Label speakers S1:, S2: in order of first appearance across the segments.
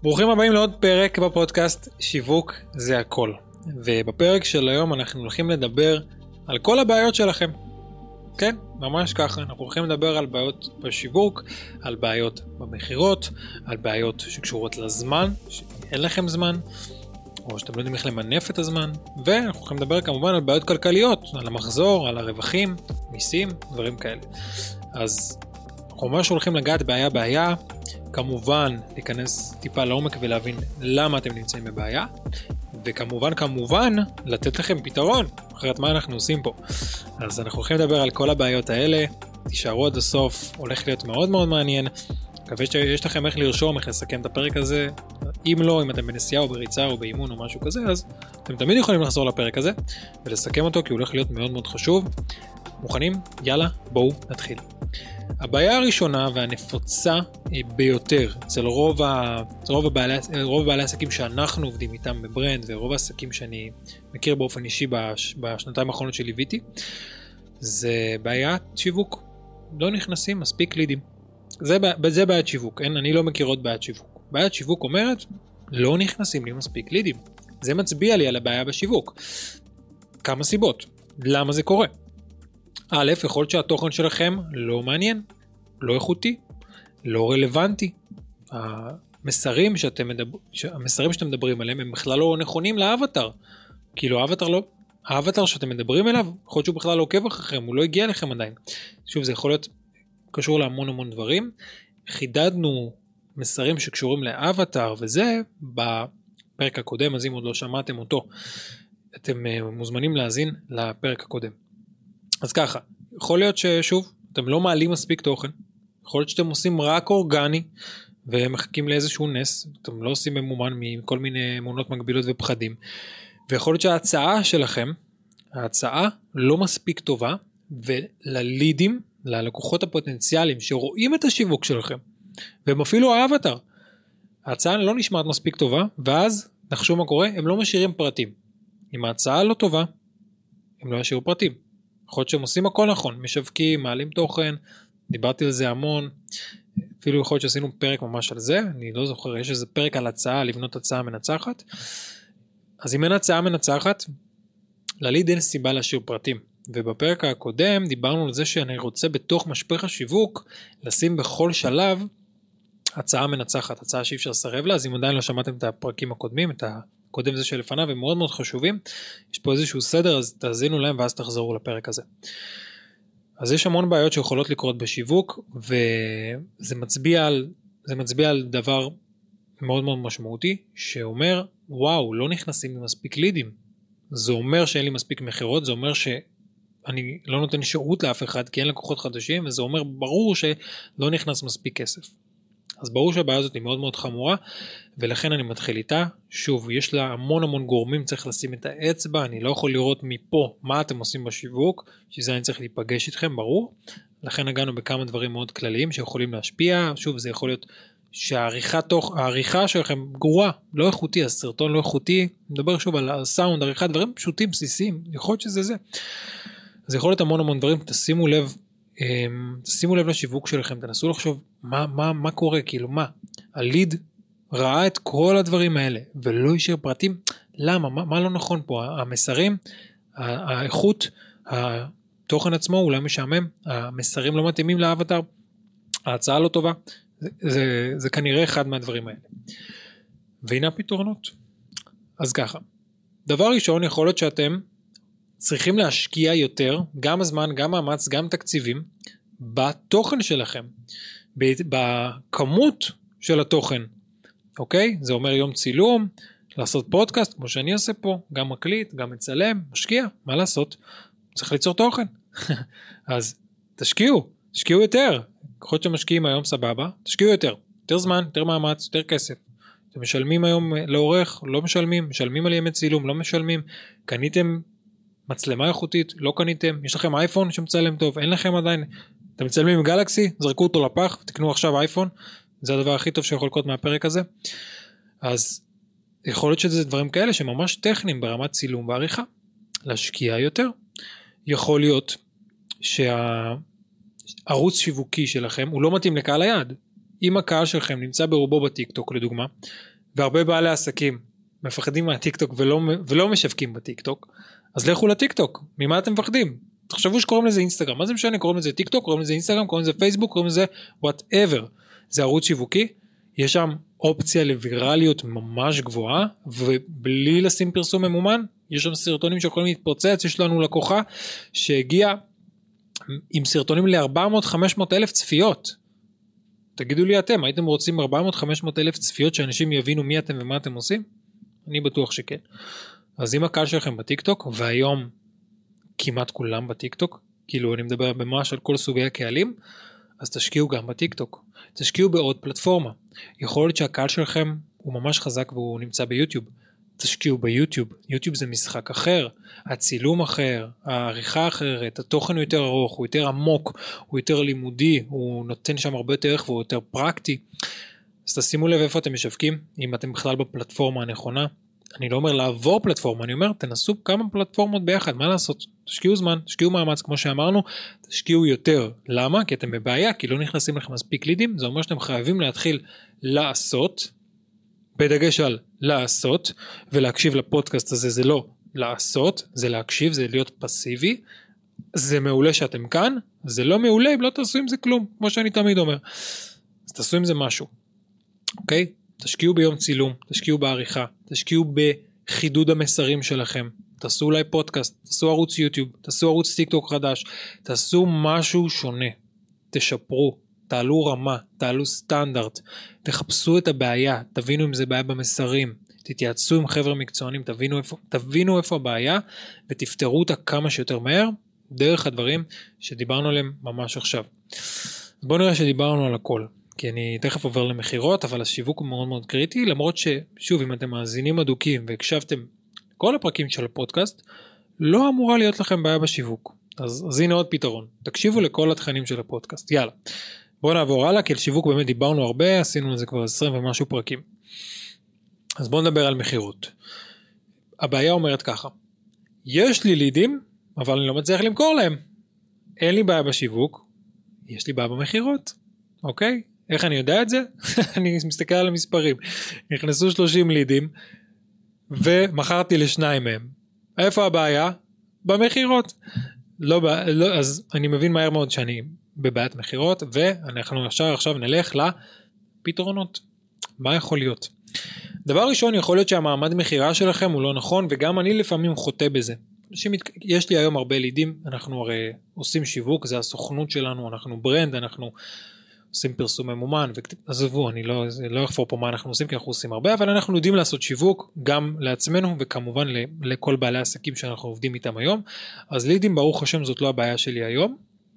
S1: ברוכים הבאים לעוד פרק בפודקאסט שיווק זה הכל. ובפרק של היום אנחנו הולכים לדבר על כל הבעיות שלכם. כן, ממש ככה. אנחנו הולכים לדבר על בעיות בשיווק, על בעיות במחירות, על בעיות שקשורות לזמן, שאין לכם זמן, או שאתם לא יודעים איך למנף את הזמן. ואנחנו הולכים לדבר כמובן על בעיות כלכליות, על המחזור, על הרווחים, מיסים, דברים כאלה. אז אנחנו ממש הולכים לגעת בעיה, כמובן להיכנס טיפה לעומק ולהבין למה אתם נמצאים בבעיה, וכמובן לתת לכם פתרון, אחרת מה אנחנו עושים פה. אז אנחנו הולכים לדבר על כל הבעיות האלה, תישארו עד הסוף, הולך להיות מאוד מאוד מעניין, מקווה שיש לכם איך לרשום, איך לסכם את הפרק הזה, אם לא, אם אתם בנסיעה או בריצה או באימון או משהו כזה, אז אתם תמיד יכולים לחזור לפרק הזה, ולסכם אותו כי הוא הולך להיות מאוד מאוד חשוב. מוכנים? יאללה, בואו נתחיל. הבעיה הראשונה והנפוצה ביותר אצל רוב בעלי עסקים שאנחנו עובדים איתם בברנד, ורוב העסקים שאני מכיר באופן אישי בשנתיים האחרונות שליוויתי, זה בעיית שיווק. לא נכנסים מספיק לידים. זה בעיית שיווק, אני לא מכיר עוד בעיית שיווק. בעיית שיווק אומרת, לא נכנסים לי מספיק לידים. זה מצביע לי על הבעיה בשיווק. כמה סיבות. למה זה קורה? א', יכול להיות שהתוכן שלכם לא מעניין, לא איכותי, לא רלוונטי. המסרים שאתם מדברים עליהם הם בכלל לא נכונים לאבטר. כאילו האבטר שאתם מדברים אליו, יכול להיות שהוא בכלל לא עוקב אחריכם, הוא לא הגיע לכם עדיין. שוב, זה יכול להיות קשור להמון דברים. חידדנו מסרים שקשורים לאבטר, וזה בפרק הקודם, אז אם עוד לא שמעתם אותו, אתם מוזמנים להאזין לפרק הקודם. אז ככה, יכול להיות ששוב, אתם לא מעלים מספיק תוכן, יכול להיות שאתם עושים רק אורגני, ומחכים לאיזשהו נס, אתם לא עושים ממומן מכל מיני אמונות מגבילות ופחדים, ויכול להיות שההצעה שלכם, ההצעה לא מספיק טובה, וללידים, ללקוחות הפוטנציאליים שרואים את השיווק שלכם, והם אפילו האבטר, ההצעה לא נשמעת מספיק טובה, ואז נחשו מה קורה, הם לא משאירים פרטים. אם ההצעה לא טובה, הם לא ישאירו פרטים. יכול להיות שהם עושים הכל נכון, משווקים, מעלים תוכן, דיברתי על זה המון, אפילו יכול להיות שעשינו פרק ממש על זה, אני לא זוכר, יש איזה פרק על הצעה, לבנות הצעה מנצחת, אז אם אין הצעה מנצחת, לליד אין סיבה להשאיר פרטים, ובפרק הקודם דיברנו על זה שאני רוצה בתוך משפך השיווק, לשים בכל שלב הצעה מנצחת, הצעה שאי אפשר לסרב לה, אז אם עדיין לא שמעתם את הפרקים הקודמים, את הקודם זה שלפניו, הם מאוד מאוד חשובים, יש פה איזשהו סדר, אז תאזינו להם ואז תחזרו לפרק הזה. אז יש המון בעיות שיכולות לקרות בשיווק, וזה מצביע על דבר מאוד מאוד משמעותי, שאומר, וואו, לא נכנסים לי מספיק לידים, זה אומר שאין לי מספיק מחירות, זה אומר שאני לא נותן שירות לאף אחד, כי אין לקוחות חדשים, וזה אומר ברור שלא נכנס מספיק כסף. אז ברור שהבעיה הזאת היא מאוד מאוד חמורה, ולכן אני מתחיל איתה. שוב, יש לה המון גורמים, צריך לשים את האצבע, אני לא יכול לראות מפה מה אתם עושים בשיווק, שזה אני צריך להיפגש איתכם, ברור. לכן הגענו בכמה דברים מאוד כלליים שיכולים להשפיע. שוב, זה יכול להיות שהעריכה שלכם גרועה, לא איכותי, הסרטון לא איכותי, מדבר שוב על הסאונד, עריכה, דברים פשוטים, בסיסיים, יכול להיות שזה זה. אז יכול להיות המון דברים, שימו לב לשיווק שלכם, תנסו לחשוב מה קורה, כאילו מה, הליד ראה את כל הדברים האלה, ולא יישאר פרטים, למה, מה לא נכון פה, המסרים, האיכות, התוכן עצמו אולי משעמם, המסרים לא מתאימים לאבטר, ההצעה לא טובה, זה כנראה אחד מהדברים האלה. והנה הפתרונות. אז ככה, דבר ראשון, יכול להיות שאתם צריכים להשקיע יותר, גם הזמן, גם מאמץ, גם תקציבים, בתוכן שלכם, בכמות של התוכן, אוקיי? זה אומר יום צילום, לעשות פודקאסט, כמו שאני עושה פה, גם מקליט, גם מצלם, משקיע, מה לעשות? צריך ליצור תוכן. אז תשקיעו יותר, כוחות שמשקיעים היום סבבה, תשקיעו יותר זמן, יותר מאמץ, יותר כסף. אתם משלמים היום לעורך, לא משלמים על ימי צילום, לא משלמים, קניתם מצלמה איכותית, לא קניתם, יש לכם אייפון שמצלם טוב, אין לכם עדיין, אתם מצלמים עם גלקסי, זרקו אותו לפח, תקנו עכשיו אייפון, זה הדבר הכי טוב שיכול לקרות מהפרק הזה. אז יכול להיות שזה דברים כאלה שממש טכניים ברמת צילום ועריכה, להשקיע יותר. יכול להיות שהערוץ שיווקי שלכם הוא לא מתאים לקהל היעד. אם הקהל שלכם נמצא ברובו בטיקטוק לדוגמה, והרבה בעלי עסקים מפחדים מהטיקטוק ולא משווקים בטיקטוק, אז לכו לטיקטוק. ממה אתם מפחדים? תחשבו שקוראים לזה אינסטגרם. מה זה משנה? קוראים לזה טיקטוק, קוראים לזה אינסטגרם, קוראים לזה פייסבוק, קוראים לזה whatever. זה ערוץ שיווקי. יש שם אופציה לווירליות ממש גבוהה, ובלי לשים פרסום ממומן, יש שם סרטונים שיכולים להתפוצץ. יש לנו לקוחה שהגיע עם סרטונים ל-400-500 אלף צפיות. תגידו לי אתם, הייתם רוצים 400-500 אלף צפיות שאנשים יבינו מי אתם ומה אתם עושים? אני בטוח שכן. אז אם הקהל שלכם בטיקטוק, והיום כמעט כולם בטיקטוק, כאילו אני מדבר ממש על כל סוגי הקהלים, אז תשקיעו גם בטיקטוק. תשקיעו בעוד פלטפורמה. יכול להיות שהקהל שלכם הוא ממש חזק והוא נמצא ביוטיוב. תשקיעו ביוטיוב. יוטיוב זה משחק אחר, הצילום אחר, העריכה אחרת, התוכן הוא יותר ארוך, הוא יותר עמוק, הוא יותר לימודי, הוא נותן שם הרבה יותר ערך והוא יותר פרקטי. אז תשימו לב איפה אתם משווקים, אם אתם בכלל בפלטפורמה הנכונה. אני לא אומר לעבור פלטפורמה, אני אומר תנסו כמה פלטפורמות ביחד, מה לעשות? תשקיעו זמן, תשקיעו מאמץ כמו שאמרנו, תשקיעו יותר. למה? כי אתם בבעיה, כי לא נכנסים לכם מספיק לידים, זה אומר שאתם חייבים להתחיל לעשות, בדגש על לעשות, ולהקשיב לפודקאסט הזה זה לא לעשות, זה להקשיב, זה להיות פסיבי, זה מעולה שאתם כאן, זה לא מעולה אם לא תעשו עם זה כלום, כמו שאני תמיד אומר. אז תעשו עם זה משהו, אוקיי? תשקיעו ביום צילום, תשקיעו בעריכה, תשקיעו בחידוד המסרים שלכם, תעשו אולי פודקאסט, תעשו ערוץ יוטיוב, תעשו ערוץ טיקטוק חדש, תעשו משהו שונה, תשפרו, תעלו רמה, תעלו סטנדרט, תחפשו את הבעיה, תבינו אם זה בעיה במסרים, תתייעצו עם חבר'ה מקצוענים, תבינו איפה הבעיה, ותפתרו אותה כמה שיותר מהר, דרך הדברים שדיברנו עליהם ממש עכשיו. בואו נראה שדיברנו על הכל. כי אני תכף עובר למחירות, אבל השיווק הוא מאוד מאוד קריטי, למרות ששוב, אם אתם מאזינים אדוקים והקשבתם כל הפרקים של הפודקאסט, לא אמורה להיות לכם בעיה בשיווק. אז הנה עוד פתרון. תקשיבו לכל התכנים של הפודקאסט. יאללה. בואו נעבור הלאה, כי על שיווק באמת דיברנו הרבה, עשינו לזה כבר 20 ומשהו פרקים. אז בואו נדבר על מחירות. הבעיה אומרת ככה, יש לי לידים, אבל אני לא מצליח למכור להם. אין לי בעיה בשיווק, יש לי בעיה במחירות. אוקיי? איך אני יודע את זה? אני מסתכל על המספרים. נכנסו 30 לידים, ומכרתי לשניים מהם. איפה הבעיה? במחירות. אז אני מבין מהר מאוד שאני בבעיית מחירות, ואנחנו עכשיו נלך לפתרונות. מה יכול להיות? דבר ראשון, יכול להיות שהמעמד מחירה שלכם הוא לא נכון, וגם אני לפעמים חוטא בזה. יש לי היום הרבה לידים, אנחנו הרי עושים שיווק, זה הסוכנות שלנו, אנחנו ברנד, אנחנו עושים פרסום ממומן, ועזבו, אני לא אחפור פה מה אנחנו עושים, כי אנחנו עושים הרבה, אבל אנחנו יודעים לעשות שיווק, גם לעצמנו, וכמובן לכל בעלי העסקים שאנחנו עובדים איתם היום. אז לידים, ברוך השם, זאת לא הבעיה שלי היום,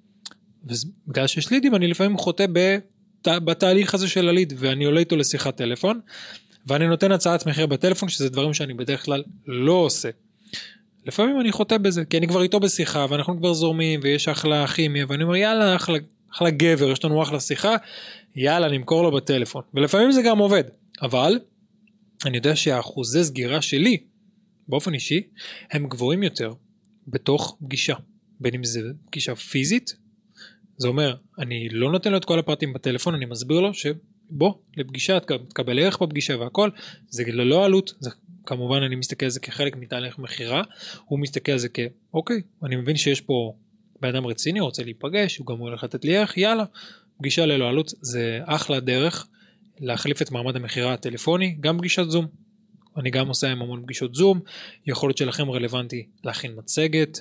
S1: ובגלל שיש לידים, אני לפעמים חוטא בתהליך הזה של הליד, ואני עולה איתו לשיחת טלפון, ואני נותן הצעת מחיר בטלפון, שזה דברים שאני בדרך כלל לא עושה. לפעמים אני חוטא בזה, כי אני כבר איתו בשיחה, ואנחנו כבר זורמים, ויש אחלה כימיה, ואני אומר, יאללה, אחלה גבר, יש לנו אחלה שיחה, יאללה, נמכור לו בטלפון. ולפעמים זה גם עובד, אבל אני יודע שהאחוזי סגירה שלי, באופן אישי, הם גבוהים יותר בתוך פגישה. בין אם זה פגישה פיזית, זה אומר, אני לא נותן לו את כל הפרטים בטלפון, אני מסביר לו שבוא, לפגישה, תקבל ערך בפגישה והכל, זה ללא עלות, זה כמובן אני מסתכל על זה כחלק מתהליך מחירה, הוא מסתכל על זה אוקיי, אני מבין שיש פה באדם רציני, הוא רוצה להיפגש, הוא גם הולך לתת לי ערך, יאללה, פגישה ללא עלות, זה אחלה דרך להחליף את מעמד המחירה הטלפוני, גם פגישת זום, אני גם עושה עם המון פגישות זום, יכול להיות שלכם רלוונטי להכין מצגת,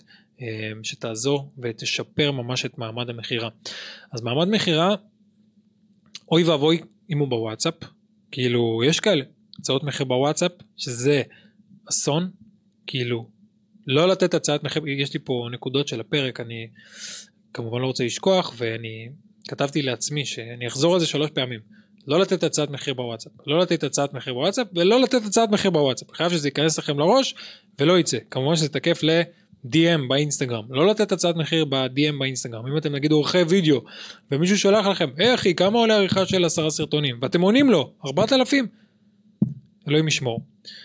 S1: שתעזור ותשפר ממש את מעמד המחירה. אז מעמד מחירה, אוי ואבוי אם הוא בוואטסאפ, כאילו יש כאלה, הצעות מחיר בוואטסאפ, שזה אסון, כאילו, לא לתת הצעת מחיר, יש לי פה נקודות של הפרק, אני כמובן לא רוצה לשכוח, ואני כתבתי לעצמי שאני אחזור על זה 3 פעמים, לא לתת הצעת מחיר בוואטסאפ, לא לתת הצעת מחיר בוואטסאפ, ולא לתת הצעת מחיר בוואטסאפ, חייב שזה ייכנס לכם לראש, ולא יצא, כמובן שזה תקף DM באינסטגרם, לא לתת הצעת מחיר ב-DM באינסטגרם, אם אתם נגיד עורכי וידאו, ומישהו שולח לכם, אחי, כמה עולה עריכה של 10 סרטונים, ואתם עונים לו, 4,000, אלוהים ישמור.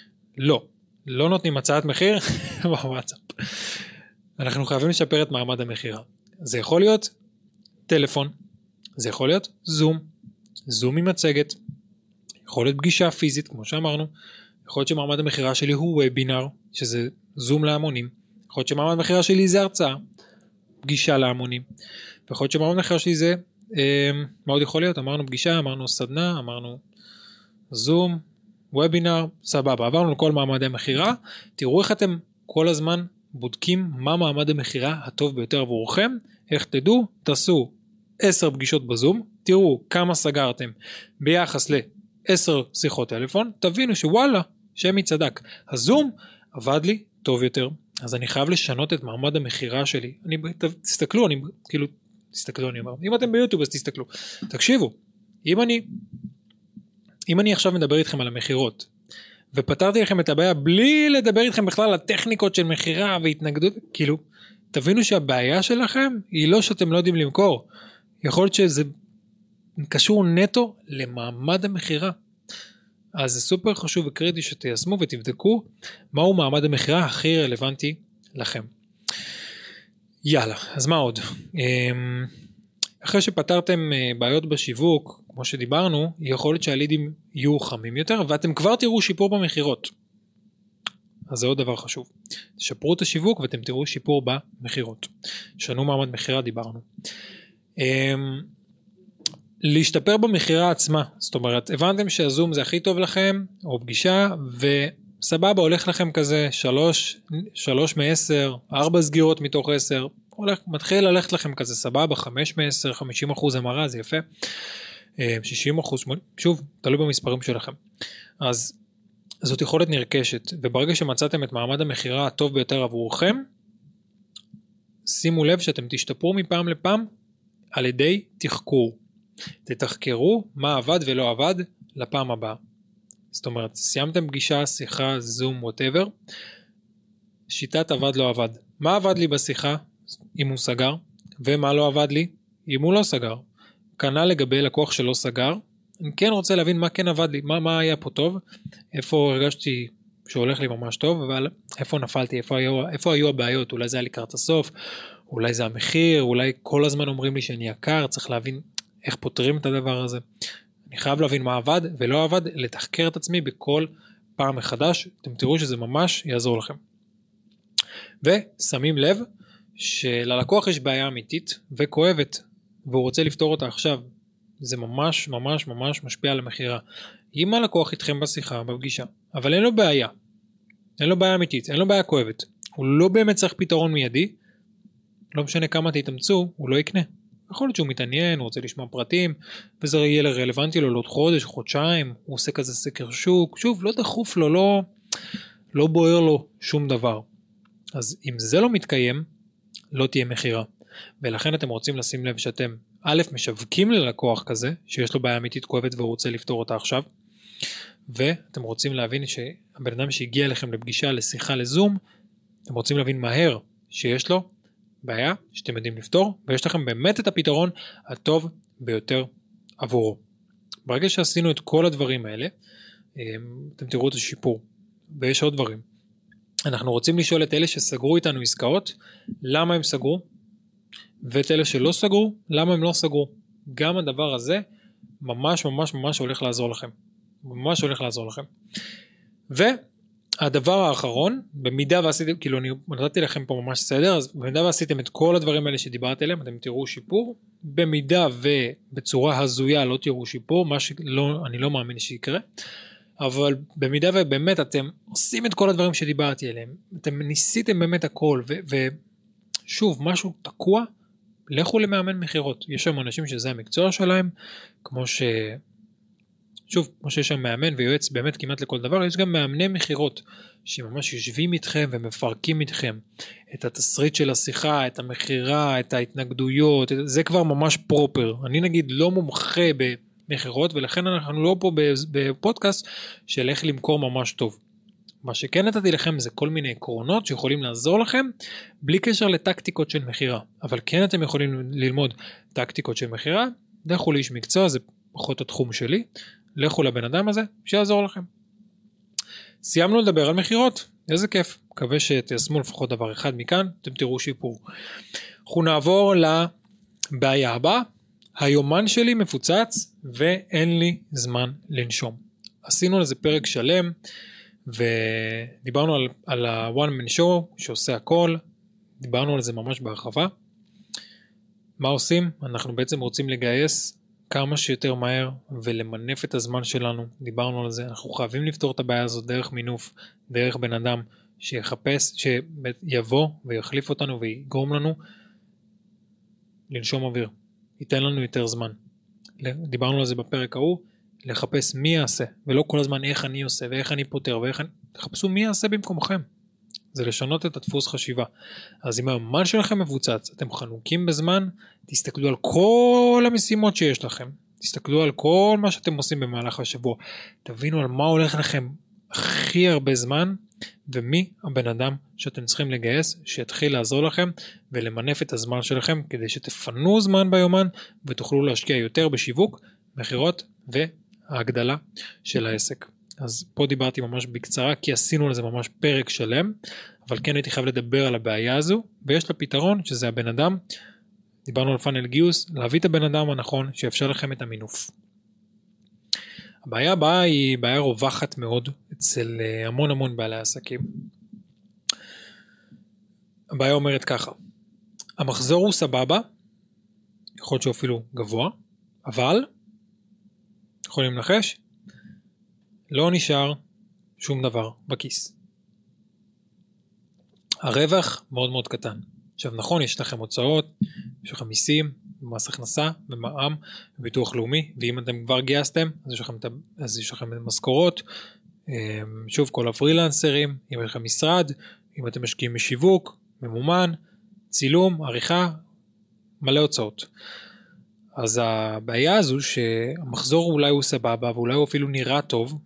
S1: לא נותנים הצעת מחיר בוואטסאפ. אנחנו חייבים לשפר את מעמד המחירה. זה יכול להיות טלפון, זה יכול להיות זום, זום עם מצגת, יכול להיות פגישה פיזית, כמו שאמרנו, יכול להיות שמעמד המחירה שלי הוא וובינר, שזה זום להמונים, יכול להיות שמעמד המחירה שלי זה הרצאה, פגישה להמונים, ויכול להיות שמעמד המחירה שלי זה, מה עוד יכול להיות? אמרנו פגישה, אמרנו סדנה, אמרנו זום, וובינר, סבבה, עברנו לכל מעמדי המחירה, תראו איך אתם כל הזמן בודקים מה מעמד המחירה הטוב ביותר עבורכם, איך תדעו, תעשו 10 פגישות בזום, תראו כמה סגרתם ביחס ל10 שיחות טלפון, תבינו שוואלה, שמי צדק, הזום עבד לי טוב יותר, אז אני חייב לשנות את מעמד המחירה שלי, תסתכלו, אני אומר, אם אתם ביוטיוב אז תסתכלו, תקשיבו, אם אני עכשיו מדבר איתכם על המחירות, ופתרתי לכם את הבעיה בלי לדבר איתכם בכלל על הטכניקות של מחירה והתנגדות, כאילו, תבינו שהבעיה שלכם היא לא שאתם לא יודעים למכור, יכול להיות שזה קשור נטו למעמד המחירה, אז זה סופר חשוב וקריטי שתיישמו ותבדקו מהו מעמד המחירה הכי רלוונטי לכם. יאללה, אז מה עוד? אחרי שפתרתם בעיות בשיווק, כמו שדיברנו, יכול להיות שהלידים יהיו חמים יותר, ואתם כבר תראו שיפור במחירות. אז זה עוד דבר חשוב. תשפרו את השיווק ואתם תראו שיפור במחירות. שנו מעמד מחירה, דיברנו. להשתפר במחירה עצמה, זאת אומרת, הבנתם שהזום זה הכי טוב לכם, או פגישה, וסבבה, הולך לכם כזה 3 מ-10, 4 סגירות מתוך 10, מתחיל ללכת לכם כזה סבבה, 5 מ-10, 50% המרה, זה יפה, 60%, שוב, תלוי במספרים שלכם. אז זאת יכולת נרכשת, וברגע שמצאתם את מעמד המחירה הטוב ביותר עבורכם, שימו לב שאתם תשתפרו מפעם לפעם, על ידי תחקור. תתחקרו מה עבד ולא עבד לפעם הבאה. זאת אומרת, סיימתם פגישה, שיחה, זום, whatever, שיטת עבד לא עבד. מה עבד לי בשיחה אם הוא סגר, ומה לא עבד לי אם הוא לא סגר. כנ"ל לגבי לקוח שלא סגר, אני כן רוצה להבין מה כן עבד לי, מה היה פה טוב, איפה הרגשתי שהולך לי ממש טוב, אבל איפה נפלתי, איפה היו הבעיות, אולי זה היה לקראת הסוף, אולי זה המחיר, אולי כל הזמן אומרים לי שאני יקר, צריך להבין איך פותרים את הדבר הזה. אני חייב להבין מה עבד ולא עבד, לתחקר את עצמי בכל פעם מחדש, אתם תראו שזה ממש יעזור לכם. ושמים לב שללקוח יש בעיה אמיתית וכואבת, והוא רוצה לפתור אותה עכשיו. זה ממש ממש ממש משפיע על המחירה. אם הלקוח איתכם בשיחה, בפגישה, אבל אין לו בעיה, אין לו בעיה אמיתית, אין לו בעיה כואבת, הוא לא באמת צריך פתרון מיידי, לא משנה כמה תתאמצו, הוא לא יקנה. יכול להיות שהוא מתעניין, הוא רוצה לשמוע פרטים, וזה יהיה רלוונטי לו לעוד חודש, חודשיים, הוא עושה כזה סקר שוק, שוב, לא דחוף לו, לא בוער לו שום דבר. אז אם זה לא מתקיים, לא תהיה מחירה. ולכן אתם רוצים לשים לב שאתם, א', משווקים ללקוח כזה, שיש לו בעיה אמיתית כואבת והוא רוצה לפתור אותה עכשיו, ואתם רוצים להבין שהבן אדם שהגיע אליכם לפגישה, לשיחה, לזום, אתם רוצים להבין מהר שיש לו בעיה שאתם יודעים לפתור, ויש לכם באמת את הפתרון הטוב ביותר עבורו. ברגע שעשינו את כל הדברים האלה, אתם תראו את השיפור, ויש עוד דברים. אנחנו רוצים לשאול את אלה שסגרו איתנו עסקאות, למה הם סגרו, ואת אלה שלא סגרו, למה הם לא סגרו. גם הדבר הזה ממש ממש ממש הולך לעזור לכם. ממש הולך לעזור לכם. והדבר האחרון, במידה ועשיתם, כאילו אני נתתי לכם פה ממש סדר, אז במידה ועשיתם את כל הדברים האלה שדיברתי עליהם, אתם תראו שיפור. במידה ובצורה הזויה לא תראו שיפור, מה שלא, אני לא מאמין שיקרה. אבל במידה ובאמת אתם עושים את כל הדברים שדיברתי עליהם, אתם ניסיתם באמת הכל, ושוב, משהו תקוע, לכו למאמן מחירות. יש שם אנשים שזה המקצוע שלהם, כמו שיש שם מאמן ויועץ באמת כמעט לכל דבר, יש גם מאמני מחירות, שממש יושבים איתכם ומפרקים איתכם את התסריט של השיחה, את המחירה, את ההתנגדויות, זה כבר ממש פרופר. אני נגיד לא מומחה במחירות, ולכן אנחנו לא פה בפודקאסט של איך למכור ממש טוב. מה שכן נתתי לכם זה כל מיני עקרונות שיכולים לעזור לכם, בלי קשר לטקטיקות של מחירה. אבל כן אתם יכולים ללמוד טקטיקות של מחירה, לכו לאיש מקצוע, זה פחות התחום שלי, לכו לבן אדם הזה, שיעזור לכם. סיימנו לדבר על מחירות, איזה כיף, מקווה שתיישמו לפחות דבר אחד מכאן, אתם תראו שיפור. אנחנו נעבור לבעיה הבאה, היומן שלי מפוצץ ואין לי זמן לנשום. עשינו לזה פרק שלם, ודיברנו על ה-one man show שעושה הכל, דיברנו על זה ממש בהרחבה. מה עושים? אנחנו בעצם רוצים לגייס כמה שיותר מהר ולמנף את הזמן שלנו. דיברנו על זה, אנחנו חייבים לפתור את הבעיה הזאת דרך מינוף, דרך בן אדם שיחפש, שיבוא ויחליף אותנו ויגרום לנו לנשום אוויר, ייתן לנו יותר זמן. דיברנו על זה בפרק ההוא, לחפש מי יעשה, ולא כל הזמן איך אני עושה ואיך אני פותר ואיך אני... תחפשו מי יעשה במקומכם. זה לשנות את הדפוס חשיבה. אז אם הזמן שלכם מבוצץ, אתם חנוקים בזמן, תסתכלו על כל המשימות שיש לכם, תסתכלו על כל מה שאתם עושים במהלך השבוע, תבינו על מה הולך לכם הכי הרבה זמן, ומי הבן אדם שאתם צריכים לגייס, שיתחיל לעזור לכם ולמנף את הזמן שלכם, כדי שתפנו זמן ביומן, ותוכלו להשקיע יותר בשיווק, מחירות והגדלה של העסק. אז פה דיברתי ממש בקצרה, כי עשינו לזה ממש פרק שלם, אבל כן הייתי חייב לדבר על הבעיה הזו, ויש לה פתרון, שזה הבן אדם, דיברנו על פאנל גיוס, להביא את הבן אדם הנכון, שיאפשר לכם את המינוף. הבעיה הבאה היא בעיה רווחת מאוד, אצל המון בעלי עסקים. הבעיה אומרת ככה, המחזור הוא סבבה, יכול להיות שהוא אפילו גבוה, אבל, יכולים לנחש, לא נשאר שום דבר בכיס. הרווח מאוד מאוד קטן. עכשיו נכון, יש לכם הוצאות, יש לכם מיסים, מס הכנסה, ומע"מ, וביטוח לאומי, ואם אתם כבר גייסתם, אז יש לכם משכורות, שוב כל הפרילנסרים, אם יש לכם משרד, אם אתם משקיעים בשיווק, ממומן, צילום, עריכה, מלא הוצאות. אז הבעיה הזו שהמחזור אולי הוא סבבה, ואולי הוא אפילו נראה טוב,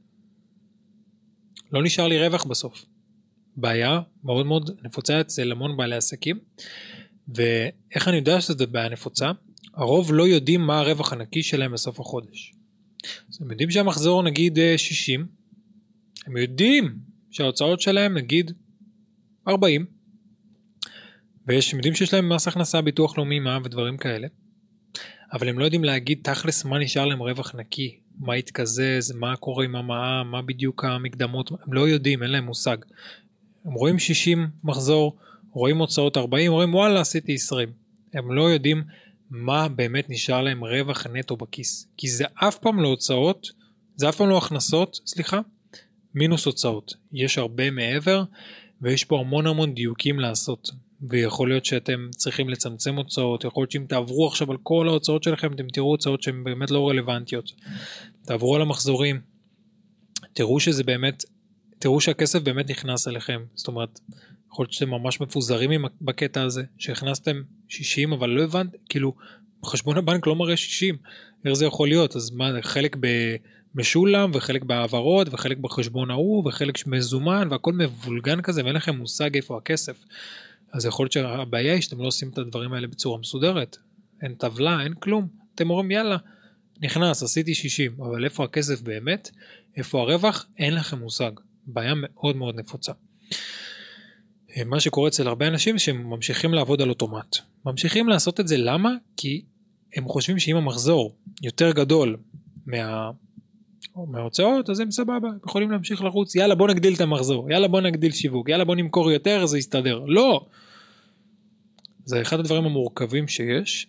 S1: לא נשאר לי רווח בסוף. בעיה מאוד מאוד נפוצה אצל המון בעלי עסקים, ואיך אני יודע שזאת בעיה נפוצה? הרוב לא יודעים מה הרווח הנקי שלהם בסוף החודש. אז הם יודעים שהמחזור נגיד 60, הם יודעים שההוצאות שלהם נגיד 40, הם יודעים שיש להם מס הכנסה, ביטוח לאומי, מע"מ ודברים כאלה, אבל הם לא יודעים להגיד תכלס מה נשאר להם רווח נקי, מה יתקזז, מה קורה עם המע"מ, מה בדיוק המקדמות, הם לא יודעים, אין להם מושג. הם רואים 60 מחזור, רואים הוצאות 40, רואים וואלה עשיתי 20. הם לא יודעים מה באמת נשאר להם רווח נטו בכיס, כי זה אף פעם לא הוצאות, זה אף פעם לא הכנסות, סליחה, מינוס הוצאות. יש הרבה מעבר, ויש פה המון דיוקים לעשות. ויכול להיות שאתם צריכים לצמצם הוצאות, יכול להיות שאם תעברו עכשיו על כל ההוצאות שלכם, אתם תראו הוצאות שהן באמת לא רלוונטיות. תעברו על המחזורים, תראו שזה באמת, תראו שהכסף באמת נכנס אליכם. זאת אומרת, יכול להיות שאתם ממש מפוזרים בקטע הזה, שהכנסתם 60, אבל לא הבנת, כאילו, בחשבון הבנק לא מראה 60, איך זה יכול להיות? אז מה, חלק משולם, וחלק בעברות, וחלק בחשבון ההוא, וחלק מזומן, והכל מבולגן כזה, ואין לכם מושג איפה הכסף. אז יכול להיות שהבעיה היא שאתם לא עושים את הדברים האלה בצורה מסודרת. אין טבלה, אין כלום. אתם אומרים יאללה, נכנס, עשיתי 60, אבל איפה הכסף באמת? איפה הרווח? אין לכם מושג. בעיה מאוד מאוד נפוצה. מה שקורה אצל הרבה אנשים שהם ממשיכים לעבוד על אוטומט. ממשיכים לעשות את זה, למה? כי הם חושבים שאם המחזור יותר גדול מההוצאות, אז הם סבבה, הם יכולים להמשיך לרוץ, יאללה בוא נגדיל את המחזור, יאללה בוא נגדיל שיווק, יאללה בוא נמכור יותר, זה יסתדר. לא! זה אחד הדברים המורכבים שיש,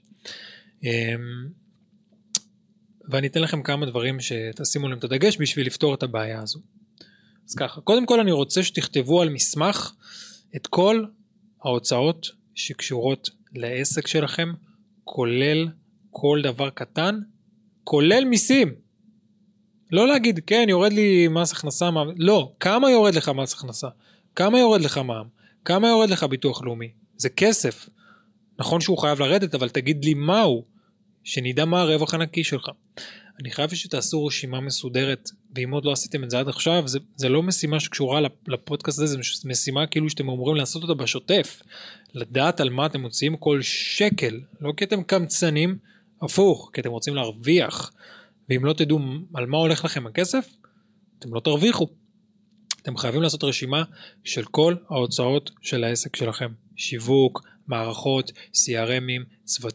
S1: ואני אתן לכם כמה דברים שתשימו להם את הדגש בשביל לפתור את הבעיה הזו. אז ככה, קודם כל אני רוצה שתכתבו על מסמך את כל ההוצאות שקשורות לעסק שלכם, כולל כל דבר קטן, כולל מיסים. לא להגיד, כן, יורד לי מס הכנסה, לא, כמה יורד לך מס הכנסה? כמה יורד לך מע"מ? כמה יורד לך ביטוח לאומי? זה כסף. נכון שהוא חייב לרדת, אבל תגיד לי מהו, שנדע מה הרווח הנקי שלך. אני חייב שתעשו רשימה מסודרת, ואם עוד לא עשיתם את זה עד עכשיו, זה לא משימה שקשורה לפודקאסט הזה, זה משימה כאילו שאתם אמורים לעשות אותה בשוטף, לדעת על מה אתם מוציאים כל שקל, לא כי אתם קמצנים, הפוך, כי אתם רוצים להרוויח, ואם לא תדעו על מה הולך לכם הכסף, אתם לא תרוויחו. אתם חייבים לעשות רשימה של כל ההוצאות של העסק שלכם, שיווק, מערכות, CRMים, צוותים,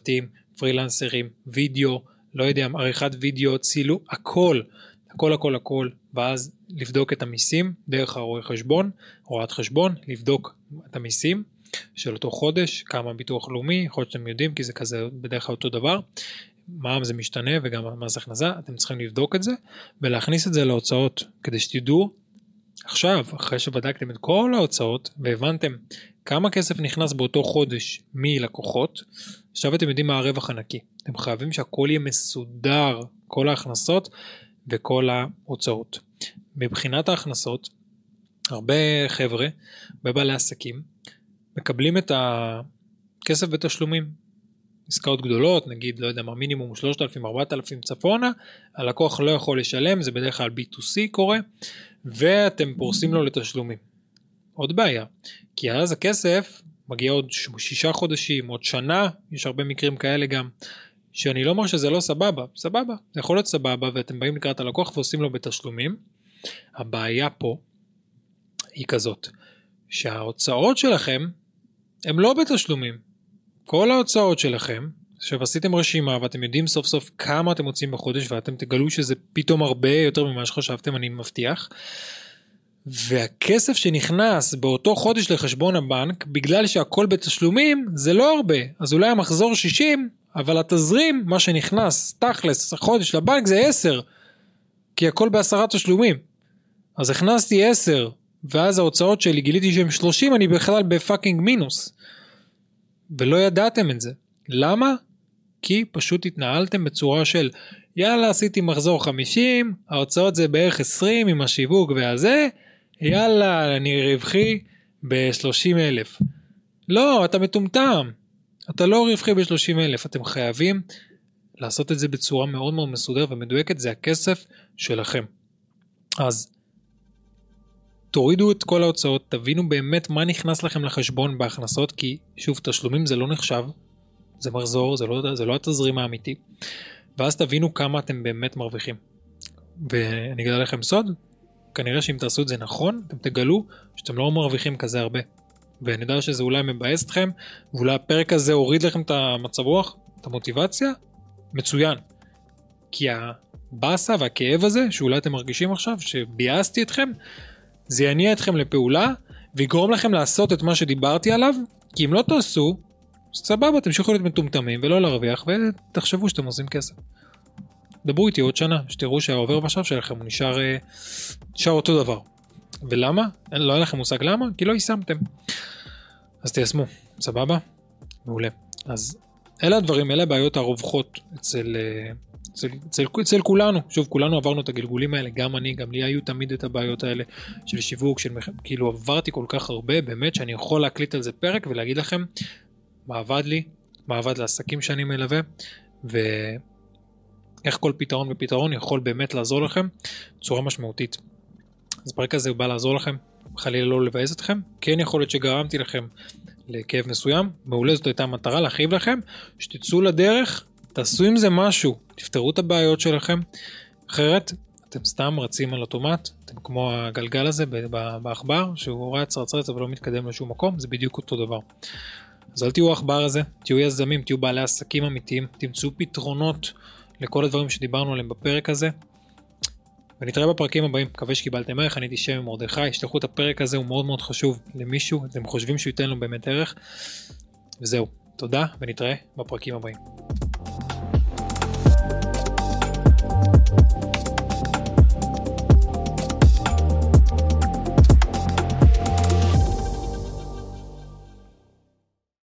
S1: פרילנסרים, וידאו, לא יודע, עריכת וידאו, צילום, הכל, ואז לבדוק את המיסים דרך רואת חשבון, לבדוק את המיסים של אותו חודש, כמה ביטוח לאומי, יכול להיות שאתם יודעים, כי זה כזה בדרך כלל אותו דבר, מע"מ זה משתנה וגם מס הכנסה, אתם צריכים לבדוק את זה, ולהכניס את זה להוצאות, כדי שתדעו, עכשיו, אחרי שבדקתם את כל ההוצאות, והבנתם כמה כסף נכנס באותו חודש מלקוחות, עכשיו אתם יודעים מה הרווח הנקי. אתם חייבים שהכל יהיה מסודר, כל ההכנסות וכל ההוצאות. מבחינת ההכנסות, הרבה חבר'ה, בבעלי עסקים, מקבלים את הכסף בתשלומים. עסקאות גדולות, נגיד, לא יודע מה, מינימום 3,000, 4,000 צפונה, הלקוח לא יכול לשלם, זה בדרך כלל B2C קורה, ואתם פורסים לו לתשלומים. עוד בעיה, כי אז הכסף מגיע עוד 6 חודשים, עוד שנה, יש הרבה מקרים כאלה גם, שאני לא אומר שזה לא סבבה, סבבה, זה יכול להיות סבבה, ואתם באים לקראת הלקוח ועושים לו בתשלומים. הבעיה פה היא כזאת, שההוצאות שלכם הם לא בתשלומים. כל ההוצאות שלכם, שעשיתם רשימה ואתם יודעים סוף סוף כמה אתם מוצאים בחודש, ואתם תגלו שזה פתאום הרבה יותר ממה שחשבתם, אני מבטיח, והכסף שנכנס באותו חודש לחשבון הבנק, בגלל שהכל בתשלומים, זה לא הרבה, אז אולי המחזור 60, אבל התזרים, מה שנכנס, תכלס, החודש לבנק זה 10, כי הכל ב10 תשלומים, אז הכנסתי 10, ואז ההוצאות שלי גיליתי שהם 30, אני בכלל בפאקינג מינוס, ולא ידעתם את זה. למה? כי פשוט התנהלתם בצורה של, יאללה עשיתי מחזור 50, ההוצאות זה בערך 20 עם השיווק והזה, יאללה אני רווחי ב-30,000. לא, אתה מטומטם. אתה לא רווחי ב-30,000, אתם חייבים לעשות את זה בצורה מאוד מאוד מסודר ומדויקת, זה הכסף שלכם. אז תורידו את כל ההוצאות, תבינו באמת מה נכנס לכם לחשבון בהכנסות, כי שוב, תשלומים זה לא נחשב, זה מחזור, זה לא התזרים האמיתי, ואז תבינו כמה אתם באמת מרוויחים. ואני אגלה לכם סוד, כנראה שאם תעשו את זה נכון, אתם תגלו שאתם לא מרוויחים כזה הרבה. ואני יודע שזה אולי מבאס אתכם, ואולי הפרק הזה הוריד לכם את המצב רוח, את המוטיבציה, מצוין. כי הבאסה והכאב הזה, שאולי אתם מרגישים עכשיו, שביאסתי אתכם, זה יניע אתכם לפעולה, ויגרום לכם לעשות את מה שדיברתי עליו, כי אם לא תעשו, סבבה, תמשיכו להיות מטומטמים ולא להרוויח, ותחשבו שאתם עושים כסף. דברו איתי עוד שנה, שתראו שהעובר ושב שלכם הוא נשאר אותו דבר. ולמה? לא היה לכם מושג למה? כי לא יישמתם. אז תיישמו, סבבה? מעולה. אז אלה הדברים, אלה הבעיות הרווחות אצל כולנו. שוב, כולנו עברנו את הגלגולים האלה, גם אני, גם לי היו תמיד את הבעיות האלה של שיווק, כאילו עברתי כל כך הרבה, באמת שאני יכול להקליט על זה פרק ולהגיד לכם מה עבד לי, מה עבד לעסקים שאני מלווה, ואיך כל פתרון ופתרון יכול באמת לעזור לכם בצורה משמעותית. אז פרק הזה הוא בא לעזור לכם, חלילה לא לבאס אתכם, כן יכול להיות שגרמתי לכם לכאב מסוים, מעולה, זאת הייתה המטרה להכאיב לכם, שתצאו לדרך, תעשו עם זה משהו, תפתרו את הבעיות שלכם, אחרת אתם סתם רצים על אוטומט, אתם כמו הגלגל הזה באחבר, שהוא רץ אבל לא מתקדם לשום מקום, זה בדיוק אותו דבר. אז אל תהיו האחבר הזה, תהיו יזמים, תהיו בעלי עסקים אמיתיים, תמצאו פתרונות לכל הדברים שדיברנו עליהם בפרק הזה, ונתראה בפרקים הבאים. מקווה שקיבלתם ערך, אני הייתי שם מרדכי, השתלחו את הפרק הזה, הוא מאוד מאוד חשוב למישהו, אתם חושבים שהוא ייתן לו באמת ערך, וזהו, תודה ונתראה בפרקים הבאים.